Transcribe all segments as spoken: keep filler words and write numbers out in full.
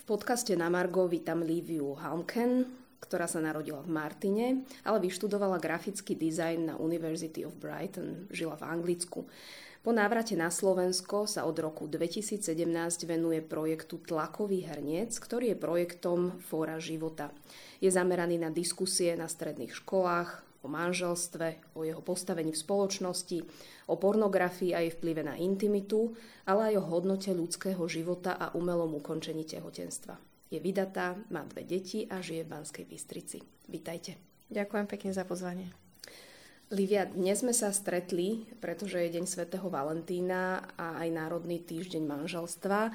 podcaste Na Margo vítam Liviu Halmken, ktorá sa narodila v Martine, ale vyštudovala grafický dizajn na University of Brighton, žila v Anglicku. Po návrate na Slovensko sa od roku dvetisícsedemnásť venuje projektu Tlakový hrniec, ktorý je projektom Fóra života. Je zameraný na diskusie na stredných školách, o manželstve, o jeho postavení v spoločnosti, o pornografii a jej vplyve na intimitu, ale aj o hodnote ľudského života a umelom ukončení tehotenstva. Je vydatá, má dve deti a žije v Banskej Bystrici. Vítajte. Ďakujem pekne za pozvanie. Livia, dnes sme sa stretli, pretože je Deň svätého Valentína a aj Národný týždeň manželstva.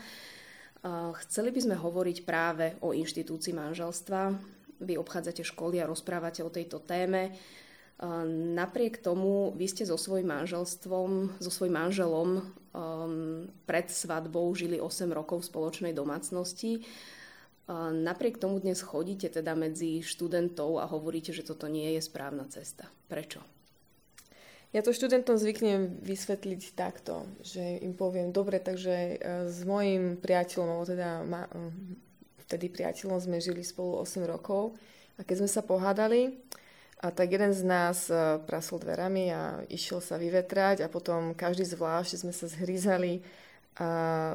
Chceli by sme hovoriť práve o inštitúcii manželstva. Vy obchádzate školy a rozprávate o tejto téme. Napriek tomu vy ste so svojím manželstvom, so svojím manželom um, pred svadbou žili osem rokov v spoločnej domácnosti. Um, napriek tomu dnes chodíte teda medzi študentov a hovoríte, že toto nie je správna cesta. Prečo? Ja to študentom zvyknem vysvetliť takto, že im poviem, dobre, takže s mojím priateľom, teda ma, vtedy priateľom sme žili spolu osem rokov a keď sme sa pohádali, a tak jeden z nás prasol dverami a išiel sa vyvetrať a potom každý zvlášť sme sa zhrízali a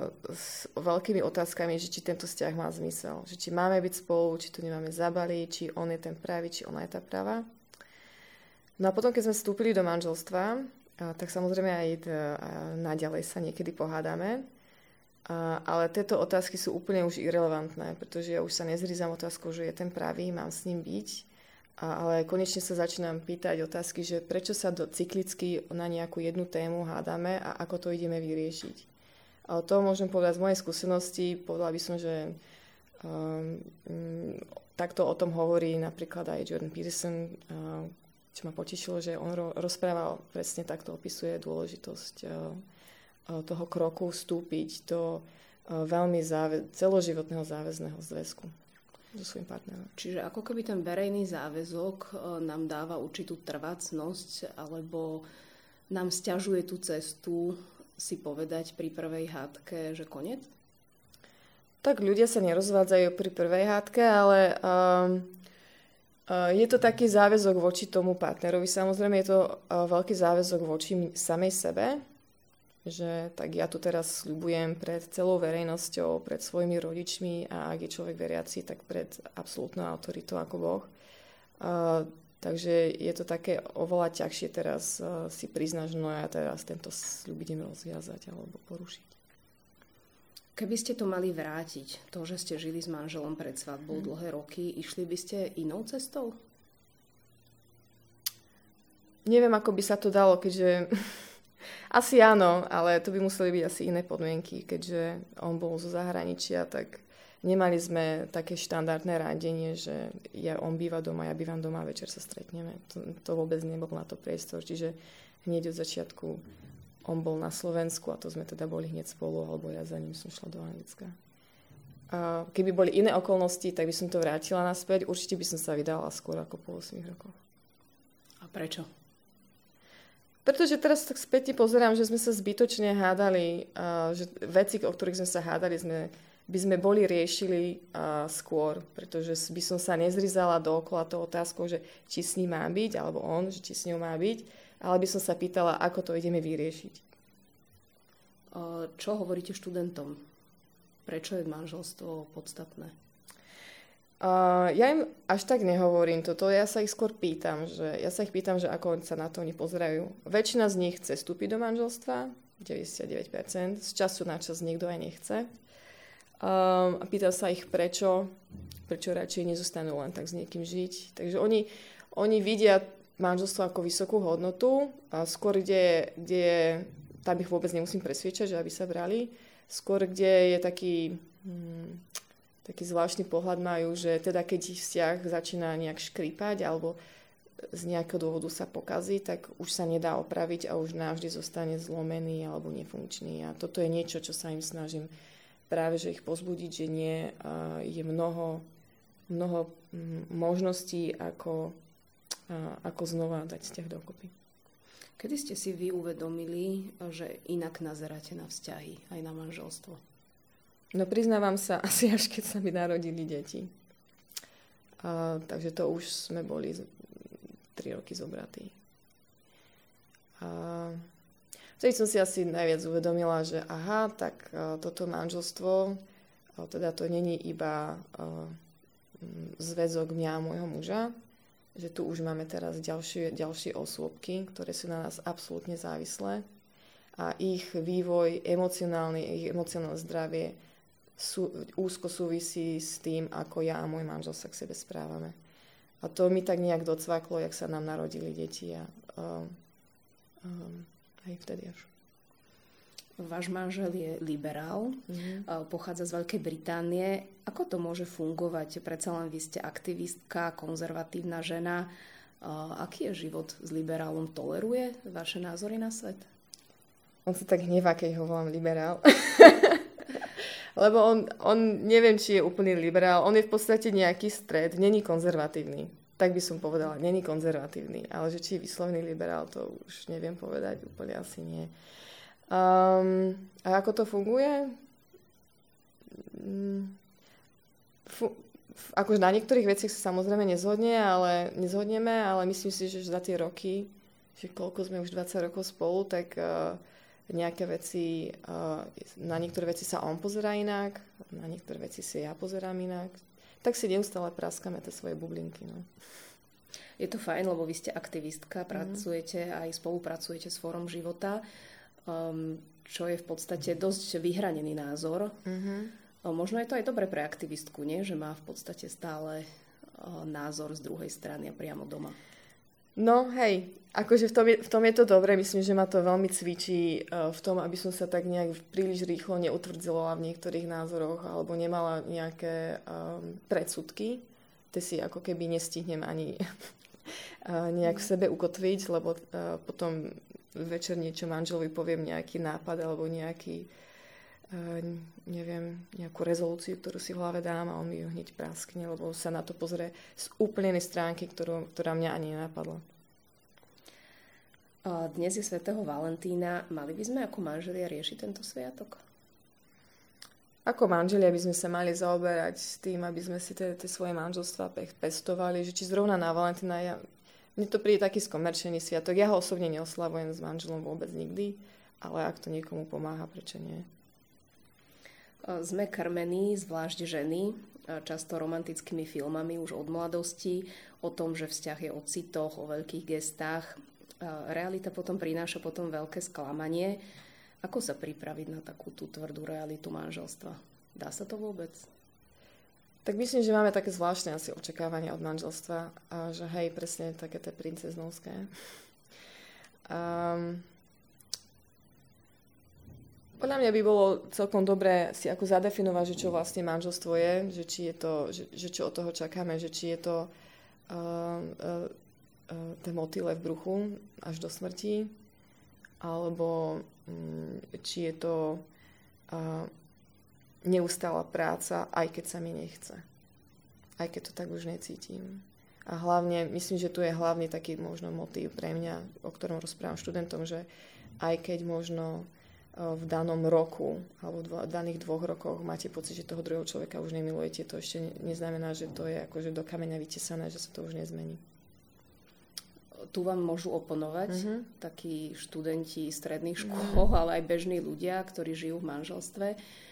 s veľkými otázkami, že či tento vzťah má zmysel. Že či máme byť spolu, či to nemáme zabaliť, či on je ten pravý, či ona je tá pravá. No a potom, keď sme vstúpili do manželstva, tak samozrejme aj naďalej sa niekedy pohádame. Ale tieto otázky sú úplne už irelevantné, pretože ja už sa nezhrízam otázkou, že je ten pravý, mám s ním byť. Ale konečne sa začínam pýtať otázky, že prečo sa do, cyklicky na nejakú jednu tému hádame a ako to ideme vyriešiť. A to môžem povedať z mojej skúsenosti. Povedala by som, že um, um, takto o tom hovorí napríklad aj Jordan Peterson, uh, čo ma potešilo, že on ro- rozprával, presne takto opisuje dôležitosť uh, uh, toho kroku vstúpiť do uh, veľmi záve- celoživotného záväzného zväzku so svojím partnerom. Čiže ako keby ten verejný záväzok nám dáva určitú trvácnosť alebo nám sťažuje tú cestu si povedať pri prvej hádke, že koniec? Tak ľudia sa nerozvádzajú pri prvej hádke, ale um, uh, je to taký záväzok voči tomu partnerovi. Samozrejme je to uh, veľký záväzok voči samej sebe, že tak ja tu teraz sľubujem pred celou verejnosťou, pred svojimi rodičmi a ak je človek veriaci, tak pred absolútnou autoritou ako Boh. Uh, takže je to také oveľa ťažšie teraz uh, si priznať, že no ja teraz tento sľub idem rozviazať alebo porušiť. Keby ste to mali vrátiť, to, že ste žili s manželom pred svadbou hmm. dlhé roky, išli by ste inou cestou? Neviem, ako by sa to dalo, keďže... Asi áno, ale to by museli byť asi iné podmienky, keďže on bol zo zahraničia, tak nemali sme také štandardné randenie, že ja, on býva doma, ja bývam doma a večer sa stretneme. To, to vôbec nebol na to priestor, čiže hneď od začiatku on bol na Slovensku a to sme teda boli hneď spolu, alebo ja za ním som šla do Anglicka. A keby boli iné okolnosti, tak by som to vrátila naspäť. Určite by som sa vydala skôr ako po ôsmich rokoch. A prečo? Pretože teraz tak späť pozerám, že sme sa zbytočne hádali, uh, že veci, o ktorých sme sa hádali, sme, by sme boli riešili uh, skôr, pretože by som sa nezrizala dookola toho otázkou, že či s ním má byť, alebo on, že či s ňou má byť, ale by som sa pýtala, ako to ideme vyriešiť. Uh, čo hovoríte študentom? Prečo je manželstvo podstatné? Uh, ja im až tak nehovorím toto, ja sa ich skôr pýtam, že ja sa ich pýtam, že ako sa na to oni pozerajú. Väčšina z nich chce vstúpiť do manželstva, deväťdesiatdeväť percent, z času na čas niekto aj nechce. Um, a pýtam sa ich prečo, prečo radšej nezostanú len tak s niekým žiť. Takže oni, oni vidia manželstvo ako vysokú hodnotu, a skôr kde, kde tam ich vôbec nemusím presviečať, že aby sa brali, skôr kde je taký... Hmm, taký zvláštny pohľad majú, že teda keď ich vzťah začína nejak škrípať alebo z nejakého dôvodu sa pokazí, tak už sa nedá opraviť a už navždy zostane zlomený alebo nefunkčný. A toto je niečo, čo sa im snažím práve že ich pozbudiť, že nie, je mnoho, mnoho možností, ako, ako znova dať vzťah dokopy. Kedy ste si vy uvedomili, že inak nazeráte na vzťahy, aj na manželstvo? No priznávam sa, asi až keď sa mi narodili deti. A, takže to už sme boli tri roky zobratí. A vtedy som si asi najviac uvedomila, že aha, tak a, toto manželstvo, a, teda to není iba a, zväzok mňa a môjho muža, že tu už máme teraz ďalšie, ďalšie osôbky, ktoré sú na nás absolútne závislé a ich vývoj emocionálny, ich emocionálne zdravie sú, úzko súvisí s tým, ako ja a môj manžel sa k sebe správame. A to mi tak nejak docvaklo, jak sa nám narodili deti a um, um, aj vtedy až. Váš manžel je liberál, mm-hmm. pochádza z Veľkej Británie. Ako to môže fungovať? Predsa len vy ste aktivistka, konzervatívna žena. Aký je život s liberálom? Toleruje vaše názory na svet? On sa tak hnevá, keď ho volám liberál. Lebo on, on, neviem, či je úplný liberál. On je v podstate nejaký stred. Není konzervatívny. Tak by som povedala, není konzervatívny. Ale že či je vyslovný liberál, to už neviem povedať. Úplne asi nie. Um, a ako to funguje? Fu- akože na niektorých veciach sa samozrejme nezhodne, ale nezhodneme, ale myslím si, že za tie roky, že koľko sme už dvadsať rokov spolu, tak uh, nejaké veci, uh, na niektoré veci sa on pozerá inak, na niektoré veci si ja pozerám inak. Tak si neustále praskame tie svoje bublinky. No. Je to fajn, lebo vy ste aktivistka, pracujete aj spolupracujete s Fórom života. Um, čo je v podstate dosť vyhranený názor. Uh-huh. Um, možno je to aj dobre pre aktivistku, nie? Že má v podstate stále uh, názor z druhej strany a priamo doma. No hej, akože v tom, je, v tom je to dobre. Myslím, že ma to veľmi cvičí uh, v tom, aby som sa tak nejak príliš rýchlo neutvrdzila v niektorých názoroch alebo nemala nejaké um, predsudky. Te si ako keby nestihnem ani uh, nejak v sebe ukotviť, lebo uh, potom večer niečo manželovi poviem, nejaký nápad alebo nejaký, uh, neviem, nejakú rezolúciu, ktorú si v hlave dám a on mi ju hneď praskne, lebo sa na to pozrie z úplne inej stránky, ktorú, ktorá mňa ani nenapadla. Dnes je svätého Valentína. Mali by sme ako manželia riešiť tento sviatok? Ako manželia by sme sa mali zaoberať s tým, aby sme si tie svoje manželstvá pestovali, že či zrovna na Valentína ja mne to príde taký skomerčený sviatok. Ja ho osobne neoslavujem s manželom vôbec nikdy, ale ak to niekomu pomáha, prečo nie? Sme krmení, zvlášť ženy, často romantickými filmami už od mladosti, o tom, že vzťah je o citoch, o veľkých gestách. Realita potom prináša potom veľké sklamanie. Ako sa pripraviť na takú tú tvrdú realitu manželstva? Dá sa to vôbec? Tak myslím, že máme také zvláštne asi očakávania od manželstva a že hej, presne také tie princeznovské. Um, podľa mňa by bolo celkom dobré si ako zadefinovať, že čo vlastne manželstvo je, že či je to, že, že čo od toho čakáme, že či je to uh, uh, uh, tie motýle v bruchu až do smrti, alebo um, či je to uh, neustála práca, aj keď sa mi nechce. Aj keď to tak už necítim. A hlavne, myslím, že tu je hlavne taký možno motív pre mňa, o ktorom rozprávam študentom, že aj keď možno v danom roku alebo v daných dvoch rokoch máte pocit, že toho druhého človeka už nemilujete, to ešte neznamená, že to je akože do kameňa vytesané, že sa to už nezmení. Tu vám môžu oponovať uh-huh. takí študenti stredných škôl, uh-huh. ale aj bežní ľudia, ktorí žijú v manželstve,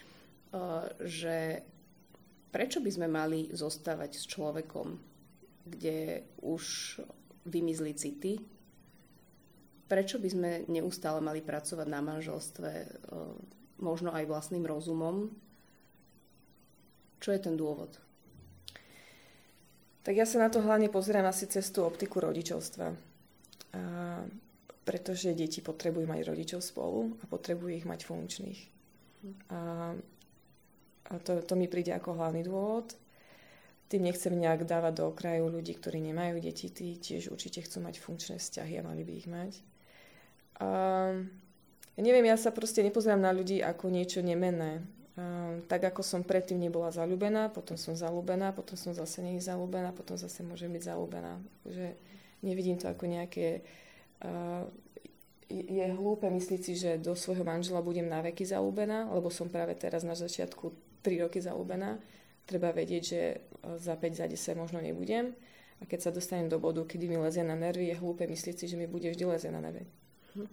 že prečo by sme mali zostávať s človekom, kde už vymizli city? Prečo by sme neustále mali pracovať na manželstve, možno aj vlastným rozumom? Čo je ten dôvod? Tak ja sa na to hlavne pozerám asi cez tú optiku rodičovstva. A, pretože deti potrebujú mať rodičov spolu a potrebujú ich mať funkčných. A A to, to mi príde ako hlavný dôvod. Tým nechcem nejak dávať do okraju ľudí, ktorí nemajú deti. Tí tiež určite chcú mať funkčné vzťahy a mali by ich mať. A, ja neviem, ja sa proste nepozerám na ľudí ako niečo nemenné. A, tak ako som predtým nebola zaľúbená, potom som zaľúbená, potom som zase nie zaľúbená, potom zase môžem byť zaľúbená. Že nevidím to ako nejaké... A, je hlúpe myslieť si, že do svojho manžela budem na veky zaľúbená, lebo som práve teraz na začiatku tri roky zaľúbená. Treba vedieť, že za päť, za desať možno nebudem. A keď sa dostanem do bodu, kedy mi lezie na nervy, je hlúpe myslieť si, že mi bude vždy lezie na nervy. Hm.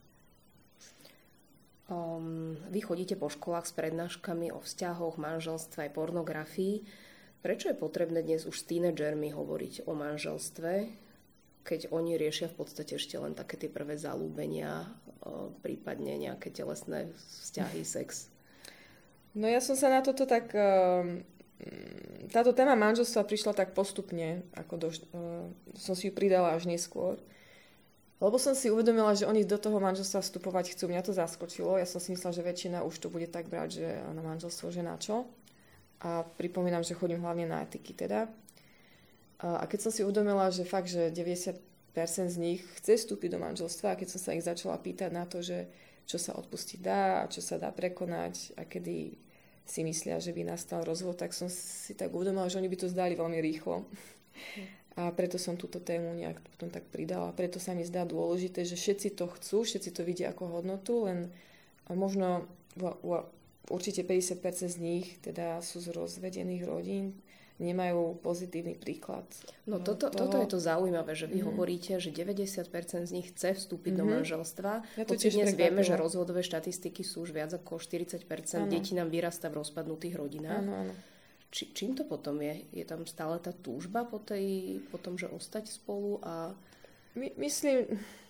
Um, vy chodíte po školách s prednáškami o vzťahoch, manželstve aj pornografii. Prečo je potrebné dnes už s tínedžermi hovoriť o manželstve, keď oni riešia v podstate ešte len také tie prvé zaľúbenia, prípadne nejaké telesné vzťahy, sex? No ja som sa na toto tak... Táto téma manželstva prišla tak postupne, ako do, som si ju pridala až neskôr. Lebo som si uvedomila, že oni do toho manželstva vstupovať chcú. Mňa to zaskočilo. Ja som si myslela, že väčšina už to bude tak brať, že na manželstvo, že na čo. A pripomínam, že chodím hlavne na etiky teda. A keď som si uvedomila, že fakt, že deväťdesiat percent z nich chce vstúpiť do manželstva, a keď som sa ich začala pýtať na to, že čo sa odpustiť dá, a čo sa dá prekonať a kedy si myslia, že by nastal rozvod, tak som si tak uvedomila, že oni by to zdali veľmi rýchlo. A preto som túto tému nejak potom tak pridala. Preto sa mi zdá dôležité, že všetci to chcú, všetci to vidia ako hodnotu, len možno určite päťdesiat percent z nich teda sú z rozvedených rodín, nemajú pozitívny príklad. No toto, toto je to zaujímavé, že vy mm. hovoríte, že deväťdesiat percent z nich chce vstúpiť mm-hmm. do manželstva. Ja Hoci dnes vieme, že rozvodové štatistiky sú už viac ako štyridsať percent ano. Detí nám vyrastá v rozpadnutých rodinách. Ano, ano. Či, čím to potom je? Je tam stále tá túžba po, tej, po tom, že ostať spolu? A... My, myslím...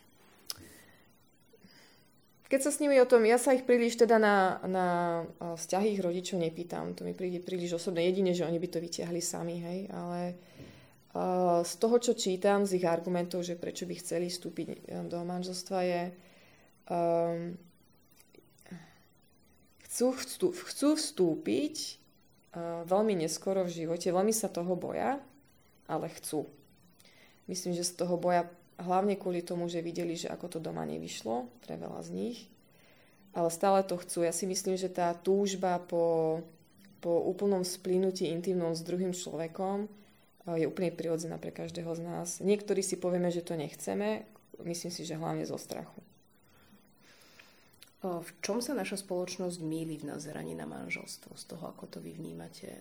Keď sa s nimi o tom, ja sa ich príliš teda na, na vzťahy ich rodičov nepýtam, to mi príde príliš osobné, jedine, že oni by to vyťahli sami, hej, ale uh, z toho, čo čítam, z ich argumentov, že prečo by chceli vstúpiť do manželstva je um, chcú, chcú, chcú vstúpiť uh, veľmi neskoro v živote, veľmi sa toho boja, ale chcú. Myslím, že z toho boja hlavne kvôli tomu, že videli, že ako to doma nevyšlo pre veľa z nich. Ale stále to chcú. Ja si myslím, že tá túžba po, po úplnom splynutí intimnom s druhým človekom je úplne prirodzená pre každého z nás. Niektorí si povieme, že to nechceme. Myslím si, že hlavne zo strachu. V čom sa naša spoločnosť mýli v nazeraní na manželstvo? Z toho, ako to vy vnímate?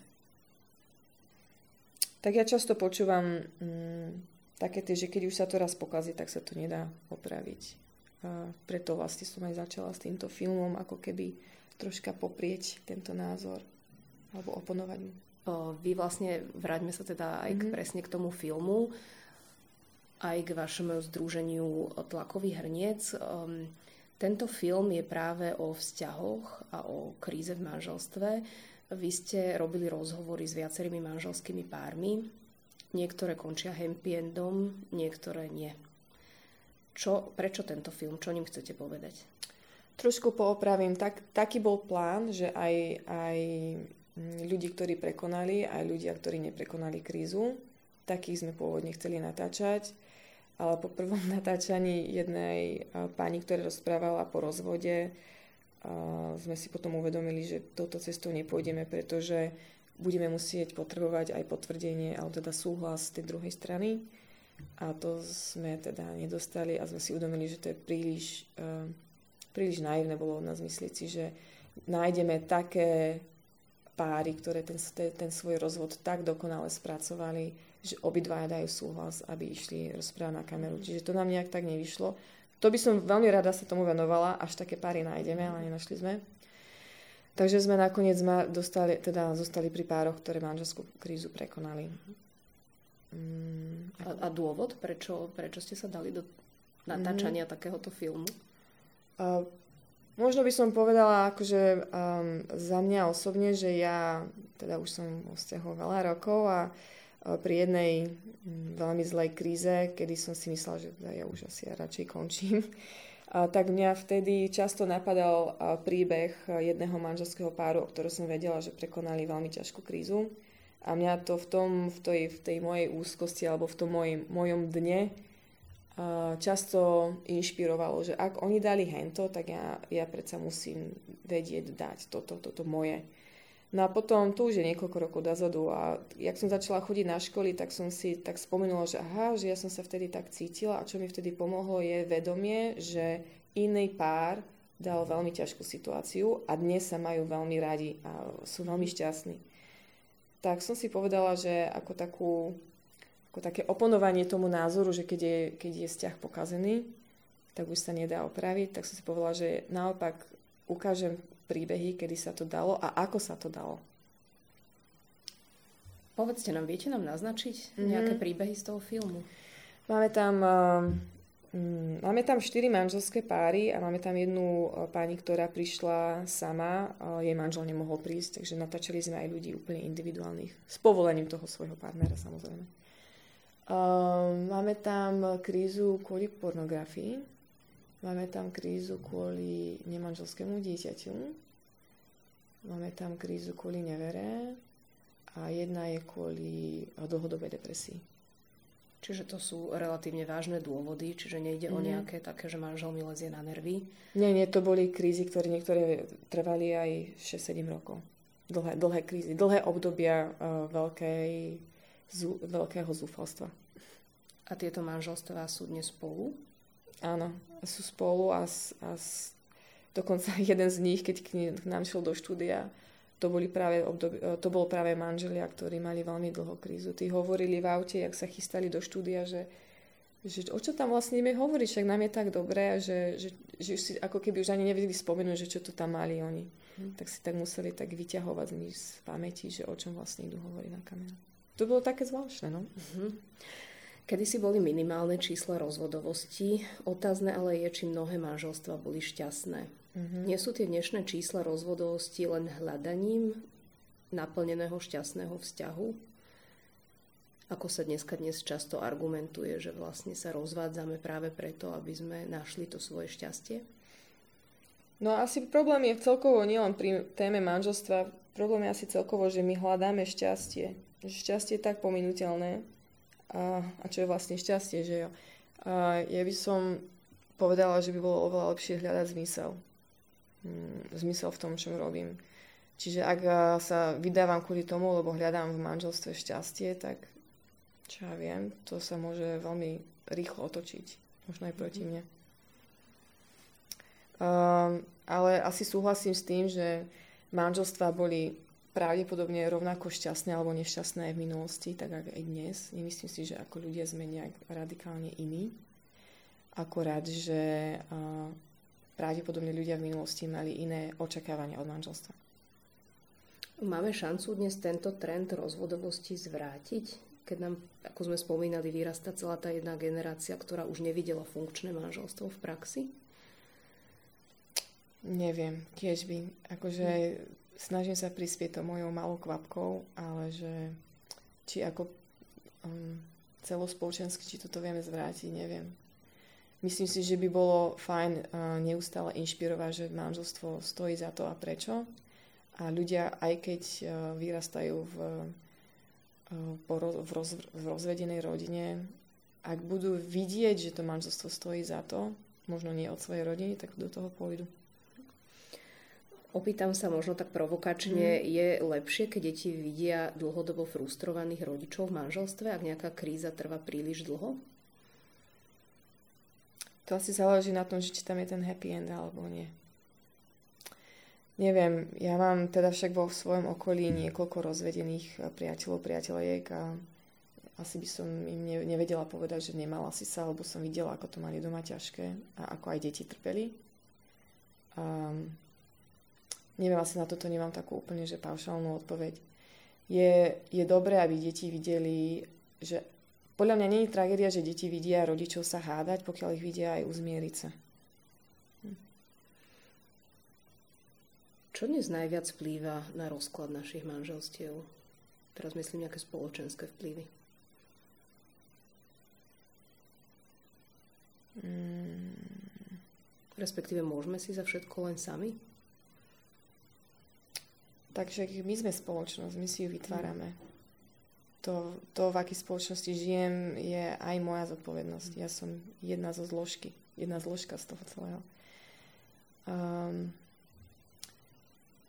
Tak ja často počúvam... Mm, také tie, že keď už sa to raz pokazí, tak sa to nedá opraviť. A preto vlastne som aj začala s týmto filmom, ako keby troška poprieť tento názor alebo oponovať mu. O, vy vlastne, vráťme sa teda aj mm-hmm. k, presne k tomu filmu, aj k vašemu združeniu Tlakový hrniec. Um, tento film je práve o vzťahoch a o kríze v manželstve. Vy ste robili rozhovory s viacerými manželskými pármi. Niektoré končia happy endom, niektoré nie. Čo, prečo tento film? Čo ním chcete povedať? Trošku poopravím. Tak, taký bol plán, že aj, aj ľudí, ktorí prekonali, aj ľudia, ktorí neprekonali krízu, takých sme pôvodne chceli natáčať. Ale po prvom natáčaní jednej pani, ktorá rozprávala po rozvode, sme si potom uvedomili, že touto cestou nepôjdeme, pretože budeme musieť potrebovať aj potvrdenie, alebo teda súhlas tej druhej strany. A to sme teda nedostali a sme si uvedomili, že to je príliš, uh, príliš naivné bolo od nás myslieť si, že nájdeme také páry, ktoré ten, ten svoj rozvod tak dokonale spracovali, že obidvaja dajú súhlas, aby išli rozprávať na kameru. Čiže to nám nejak tak nevyšlo. To by som veľmi rada sa tomu venovala, až také páry nájdeme, ale nenašli sme. Takže sme nakoniec dostali, teda zostali pri pároch, ktoré manželskú krízu prekonali. Mm, a, a dôvod, prečo, prečo ste sa dali do natáčania mm-hmm. takéhoto filmu? Uh, možno by som povedala akože um, za mňa osobne, že ja teda už som vo vzťahu veľa rokov a uh, pri jednej um, veľmi zlej kríze, kedy som si myslela, že ja už asi ja radšej končím, A tak mňa vtedy často napadal príbeh jedného manželského páru, o ktorom som vedela, že prekonali veľmi ťažkú krízu. A mňa to v, tom, v, tej, v tej mojej úzkosti alebo v tom moj, mojom dne často inšpirovalo, že ak oni dali hento, tak ja, ja predsa musím vedieť dať toto, toto moje. No a potom, to už je niekoľko rokov dozadu a jak som začala chodiť na školy, tak som si tak spomenula, že aha, že ja som sa vtedy tak cítila a čo mi vtedy pomohlo je vedomie, že iný pár dal veľmi ťažkú situáciu a dnes sa majú veľmi radi a sú veľmi šťastní. Tak som si povedala, že ako takú, ako také oponovanie tomu názoru, že keď je, keď je vzťah pokazený, tak už sa nedá opraviť, tak som si povedala, že naopak ukážem príbehy, kedy sa to dalo a ako sa to dalo. Povedzte nám, viete nám naznačiť mm-hmm. nejaké príbehy z toho filmu? Máme tam, uh, um, máme tam štyri manželské páry a máme tam jednu uh, pani, ktorá prišla sama, uh, jej manžel nemohol prísť, takže natáčali sme aj ľudí úplne individuálnych, s povolením toho svojho partnera samozrejme. Uh, máme tam krízu kvôli pornografii, máme tam krízu kvôli nemanželskému dieťaťu, máme tam krízu kvôli nevere a jedna je kvôli dlhodobej depresii. Čiže to sú relatívne vážne dôvody, čiže nejde mm. o nejaké také, že manžel mi lezie na nervy? Nie, nie, to boli krízy, ktoré niektoré trvali aj šesť sedem rokov. Dlhé, dlhé krízy, dlhé obdobia uh, veľkej, zú, veľkého zúfalstva. A tieto manželstvá sú dnes spolu? Áno, sú spolu a, a dokonca jeden z nich, keď k nám šiel do štúdia, to, boli práve obdobi, to bol práve manželia, ktorí mali veľmi dlhú krízu. Tí hovorili v aute, jak sa chystali do štúdia, že, že o čo tam vlastne ideme hovoriť, však nám je tak dobré, že, že, že si ako keby už ani nevedeli spomenúť, že čo to tam mali oni. Hm. Tak si tak museli tak vyťahovať z nich z pamäti, že o čom vlastne idú hovoriť na kameru. To bolo také zvláštne, no. Mhm. Kedysi boli minimálne čísla rozvodovosti, otázne ale je, či mnohé manželstvá boli šťastné. Mm-hmm. Nie sú tie dnešné čísla rozvodovosti len hľadaním naplneného šťastného vzťahu? Ako sa dneska dnes často argumentuje, že vlastne sa rozvádzame práve preto, aby sme našli to svoje šťastie? No asi problém je celkovo nielen pri téme manželstva, problém je asi celkovo, že my hľadáme šťastie. Že šťastie je tak pominuteľné. A, a čo je vlastne šťastie, že jo. A ja by som povedala, že by bolo oveľa lepšie hľadať zmysel. Hmm, zmysel v tom, čo robím. Čiže ak sa vydávam kvôli tomu, lebo hľadám v manželstve šťastie, tak čo ja viem, to sa môže veľmi rýchlo otočiť. Možno aj proti mne. Um, ale asi súhlasím s tým, že manželstvá boli pravdepodobne rovnako šťastné alebo nešťastné v minulosti, tak ako aj dnes. Nemyslím si, že ako ľudia sme nejak radikálne iní. Akorát, že uh, pravdepodobne ľudia v minulosti mali iné očakávania od manželstva. Máme šancu dnes tento trend rozvodovosti zvrátiť? Keď nám, ako sme spomínali, vyrastá celá tá jedna generácia, ktorá už nevidela funkčné manželstvo v praxi? Neviem, tiež by. Akože... Hm. Snažím sa prispieť to mojou malou kvapkou, ale že či ako um, celospoločensky, či toto vieme zvrátiť, neviem. Myslím si, že by bolo fajn uh, neustále inšpirovať, že manželstvo stojí za to a prečo. A ľudia, aj keď uh, vyrastajú v, uh, po roz, v, roz, v rozvedenej rodine, ak budú vidieť, že to manželstvo stojí za to, možno nie od svojej rodiny, tak do toho pôjdu. Opýtam sa možno tak provokačne, mm. je lepšie, keď deti vidia dlhodobo frustrovaných rodičov v manželstve, ak nejaká kríza trvá príliš dlho? To asi záleží na tom, že či tam je ten happy end alebo nie. Neviem, ja mám teda však vo svojom okolí niekoľko rozvedených priateľov, priateľiek a asi by som im nevedela povedať, že nemala si sa, lebo som videla, ako to mali doma ťažké a ako aj deti trpeli. Um, Neviem, asi na toto nemám takú úplne, že paušálnu odpoveď. Je, je dobré, aby deti videli, že podľa mňa nie je tragédia, že deti vidia rodičov sa hádať, pokiaľ ich vidia aj uzmieriť sa. Hm. Čo dnes najviac vplýva na rozklad našich manželstiev? Teraz myslím nejaké spoločenské vplyvy. Hmm. Respektíve môžeme si za všetko len sami? Takže my sme spoločnosť, my si ju vytvárame. To, to, v akej spoločnosti žijem, je aj moja zodpovednosť. Ja som jedna zo zložky, jedna zložka z toho celého. Um,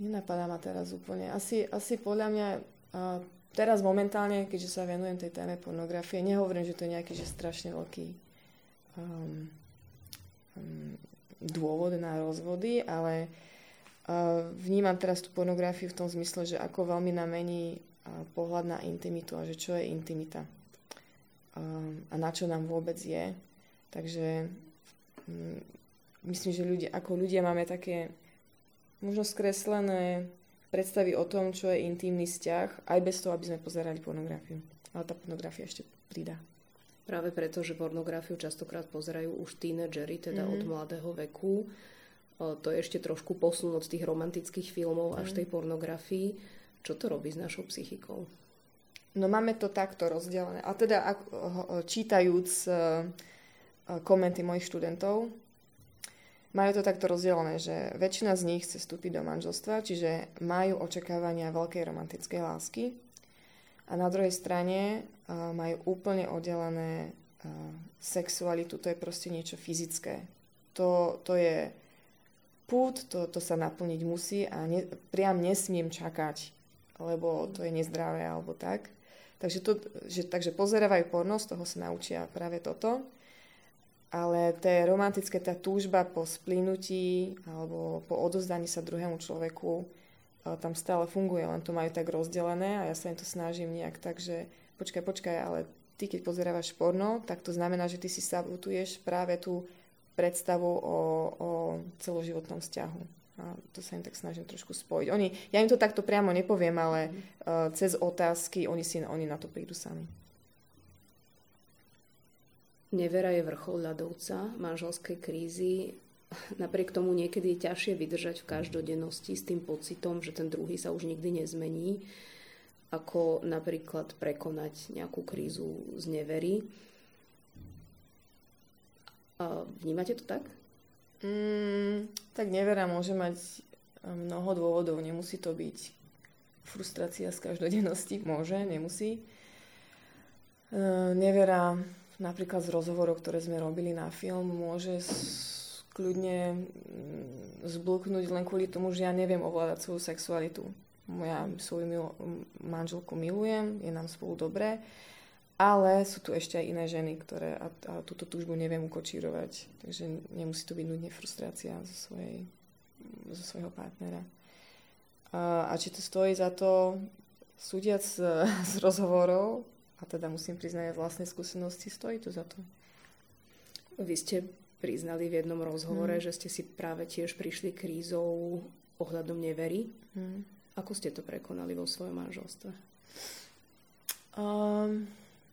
Nenapadá ma teraz úplne. Asi, asi podľa mňa uh, teraz momentálne, keďže sa venujem tej téme pornografie, nehovorím, že to je nejaký že strašne veľký um, um, dôvod na rozvody, ale uh, vnímam teraz tú pornografiu v tom zmysle, že ako veľmi nám mení uh, pohľad na intimitu a že čo je intimita um, a na čo nám vôbec je. Takže um, myslím, že ľudia, ako ľudia máme také možno skreslené predstavy o tom, čo je intímny vzťah, aj bez toho, aby sme pozerali pornografiu. Ale tá pornografia ešte pridá. Práve preto, že pornografiu častokrát pozerajú už tínedžeri, teda mm-hmm. od mladého veku. To je ešte trošku posun od tých romantických filmov mm. až tej pornografii. Čo to robí s našou psychikou? No máme to takto rozdelené. A teda čítajúc komenty mojich študentov, majú to takto rozdelené, že väčšina z nich chce vstúpiť do manželstva, čiže majú očakávania veľkej romantickej lásky. A na druhej strane uh, majú úplne oddelené uh, sexualitu, to je proste niečo fyzické. To, to je pút, to, to sa naplniť musí a ne, priam nesmiem čakať, lebo to je nezdravé alebo tak. Takže, to, že, takže pozerávajú porno, z toho sa naučia práve toto. Ale té romantické, tá túžba po splynutí alebo po odozdaní sa druhému človeku tam stále funguje, len to majú tak rozdelené a ja sa im to snažím nejak tak, že počkaj, počkaj, ale ty keď pozerávaš porno, tak to znamená, že ty si sabotuješ práve tú predstavu o, o celoživotnom vzťahu. A to sa im tak snažím trošku spojiť. Oni, ja im to takto priamo nepoviem, ale mm. uh, cez otázky oni, si, oni na to prídu sami. Nevera je vrchol ľadovca manželskej krízy. Napriek tomu niekedy je ťažšie vydržať v každodennosti s tým pocitom, že ten druhý sa už nikdy nezmení, ako napríklad prekonať nejakú krízu z nevery. A vnímate to tak? Mm, tak nevera môže mať mnoho dôvodov. Nemusí to byť frustrácia z každodennosti. Môže, nemusí. Uh, nevera napríklad z rozhovorov, ktoré sme robili na film, môže kľudne zblúknuť len kvôli tomu, že ja neviem ovládať svoju sexualitu. Ja svoju mil- manželku milujem, je nám spolu dobré, ale sú tu ešte aj iné ženy, ktoré a, a túto túžbu neviem ukočírovať. Takže nemusí to byť nutne frustrácia zo, svojej, zo svojho partnera. A, a či to stojí za to, súdiac z, z rozhovorov, a teda musím priznať aj vlastnej skúsenosti, stojí to za to. Vy ste priznali v jednom rozhovore, mm. že ste si práve tiež prišli krízou ohľadom nevery. Mm. Ako ste to prekonali vo svojom manželstve? Um,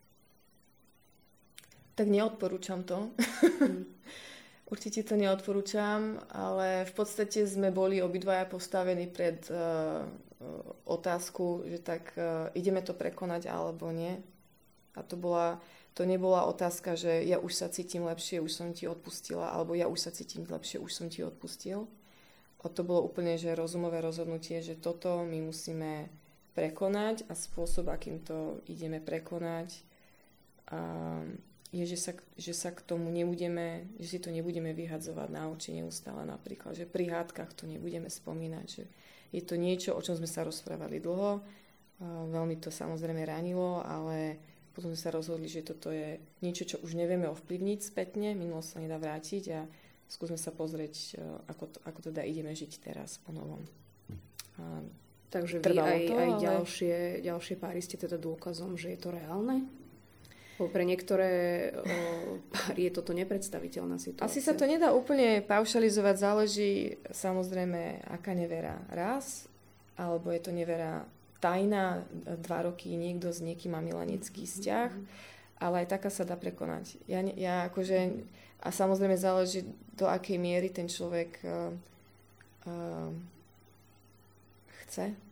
tak neodporúčam to. Mm. Určite to neodporúčam, ale v podstate sme boli obidvaja postavení pred uh, otázku, že tak uh, ideme to prekonať alebo nie. A to, bola, to nebola otázka, že ja už sa cítim lepšie, už som ti odpustila, alebo ja už sa cítim lepšie, už som ti odpustil. A to bolo úplne že rozumové rozhodnutie, že toto my musíme prekonať a spôsob, akým to ideme prekonať, a je, že sa, že sa k tomu nebudeme, že si to nebudeme vyhadzovať na oči neustále napríklad, že pri hádkach to nebudeme spomínať, že je to niečo, o čom sme sa rozprávali dlho, veľmi to samozrejme ranilo, ale potom sme sa rozhodli, že toto je niečo, čo už nevieme ovplyvniť spätne, minulosť sa nedá vrátiť a skúsme sa pozrieť, ako, to, ako teda ideme žiť teraz po novom. A takže vy aj, to, aj ale... ďalšie, ďalšie páry ste teda dôkazom, že je to reálne? Bo pre niektoré o, páry je toto nepredstaviteľná situácia. Asi sa to nedá úplne paušalizovať, záleží samozrejme, aká nevera raz, alebo je to nevera tajná, dva roky niekto s niekým má milenecký vzťah, ale aj taká sa dá prekonať. Ja, ja akože, a samozrejme záleží, do akej miery ten človek uh, uh, chce.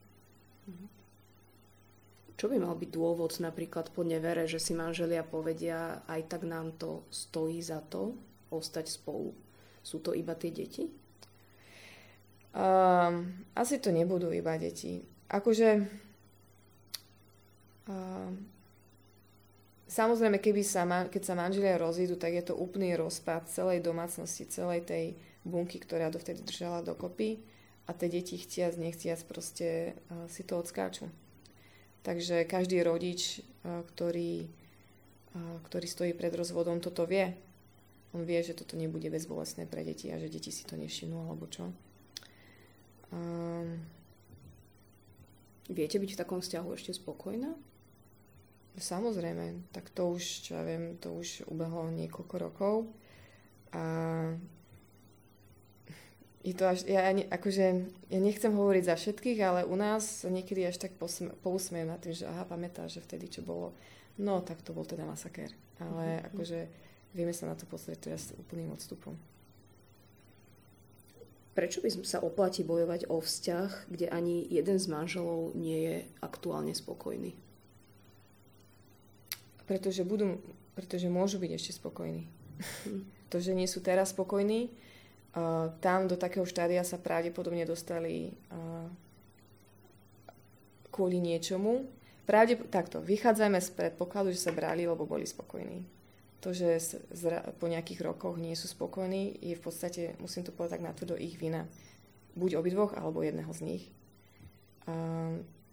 Čo by mal byť dôvod napríklad po nevere, že si manželia povedia, aj tak nám to stojí za to ostať spolu? Sú to iba tie deti? Um, asi to nebudú iba deti. Akože uh, samozrejme, keby sa, keď sa manželia rozídu, tak je to úplný rozpad celej domácnosti, celej tej bunky, ktorá dovtedy držala dokopy. a tie deti chtiac, nechtiac proste uh, si to odskáču. Takže každý rodič, uh, ktorý, uh, ktorý stojí pred rozvodom, toto vie. On vie, že toto nebude bezbolestné pre deti a že deti si to nevšimnú, alebo čo. Um, Viete byť v takom vzťahu ešte spokojná? Samozrejme, tak to už, čo ja viem, to už ubehlo niekoľko rokov a je to až, ja, akože, ja nechcem hovoriť za všetkých, ale u nás sa niekedy až tak posme, pousmejem nad tým, že aha, pamätáš, že vtedy čo bolo, no tak to bol teda masakér, ale mm-hmm. akože vieme sa na to pozrieť teraz s úplným odstupom. Prečo by sa oplatí bojovať o vzťah, kde ani jeden z manželov nie je aktuálne spokojný? Pretože budú, pretože môžu byť ešte spokojní. To, že nie sú teraz spokojní, uh, tam do takého štádia sa pravdepodobne dostali uh, kvôli niečomu. Pravde, takto, vychádzajme z predpokladu, že sa brali, lebo boli spokojní. To, že zra, po nejakých rokoch nie sú spokojní, je v podstate, musím to povedať tak natvrdo, ich vina. Buď obidvoch, alebo jedného z nich. Uh,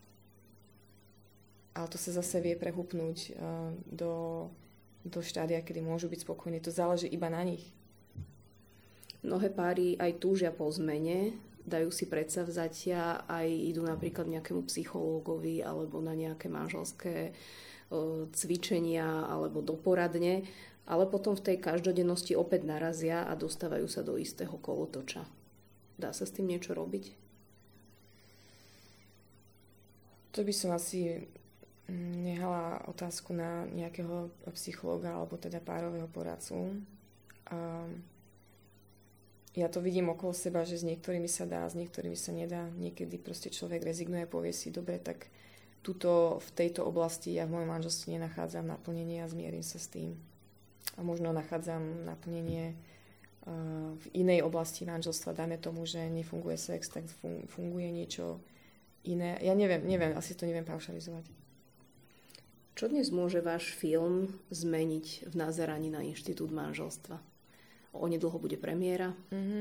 Ale to sa zase vie prehúpnúť uh, do, do štádia, kedy môžu byť spokojní. To záleží iba na nich. Mnohé páry aj túžia po zmene, dajú si predsavzatia, aj idú napríklad nejakému psychológovi alebo na nejaké manželské uh, cvičenia alebo do poradne, ale potom v tej každodennosti opäť narazia a dostávajú sa do istého kolotoča. Dá sa s tým niečo robiť? To by som asi nehala otázku na nejakého psychológa alebo teda párového poradcu. A ja to vidím okolo seba, že s niektorými sa dá, s niektorými sa nedá. Niekedy proste človek rezignuje a povie si, dobre, tak tuto v tejto oblasti ja v mojom manželstve nenachádzam naplnenie a zmierim sa s tým. A možno nachádzam naplnenie uh, v inej oblasti manželstva. Dajme tomu, že nefunguje sex, tak funguje niečo iné. Ja neviem, neviem, asi to neviem paušalizovať. Čo dnes môže váš film zmeniť v nazeraní na inštitút manželstva? Onedlho bude premiéra. Mm-hmm.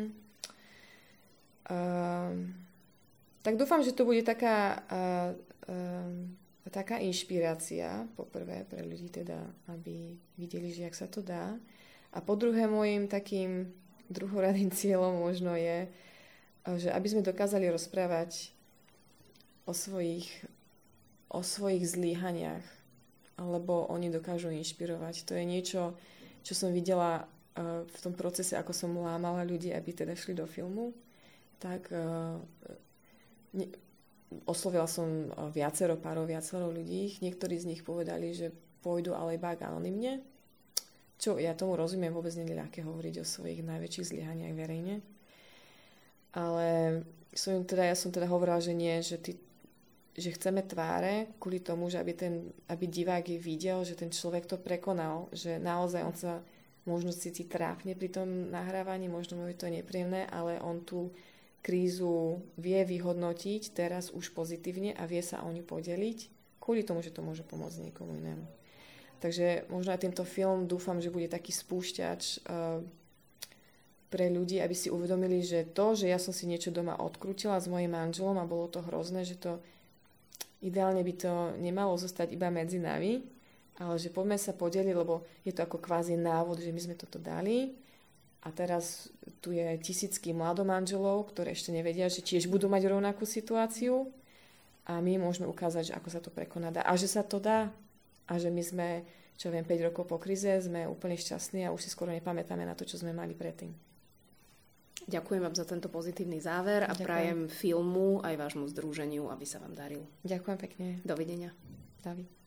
Uh, tak dúfam, že to bude taká, uh, uh, taká inšpirácia, poprvé pre ľudí teda, aby videli, že jak sa to dá. A po druhé, môjim takým druhoradým cieľom možno je, že aby sme dokázali rozprávať o svojich, o svojich zlyhaniach, alebo oni dokážu inšpirovať. To je niečo, čo som videla uh, v tom procese, ako som lámala ľudí, aby teda šli do filmu. Tak uh, ne, oslovila som viacero párov, viacero ľudí. Niektorí z nich povedali, že pôjdu ale iba anonymne. Čo ja tomu rozumiem, vôbec nie je ľahké hovoriť o svojich najväčších zlyhaniach verejne. Ale som teda, ja som teda hovorila, že nie, že ty že chceme tváre kvôli tomu, že aby, ten, aby divák videl, že ten človek to prekonal, že naozaj on sa možno cíti trápne pri tom nahrávaní, možno mu je to nepríjemné, ale on tú krízu vie vyhodnotiť teraz už pozitívne a vie sa o ňu podeliť kvôli tomu, že to môže pomôcť niekomu inému. Takže možno aj tento film dúfam, že bude taký spúšťač uh, pre ľudí, aby si uvedomili, že to, že ja som si niečo doma odkrútila s mojím manželom a bolo to hrozné, že to ideálne by to nemalo zostať iba medzi nami, ale že poďme sa podeliť, lebo je to ako kvázi návod, že my sme toto dali a teraz tu je tisícky mladomanželov, ktoré ešte nevedia, že tiež budú mať rovnakú situáciu a my môžeme ukázať, že ako sa to prekoná dá a že sa to dá a že my sme, čo viem, päť rokov po krize, sme úplne šťastní a už si skoro nepamätáme na to, čo sme mali predtým. Ďakujem vám za tento pozitívny záver a Ďakujem. Prajem filmu aj vášmu združeniu, aby sa vám daril. Ďakujem pekne. Dovidenia. David.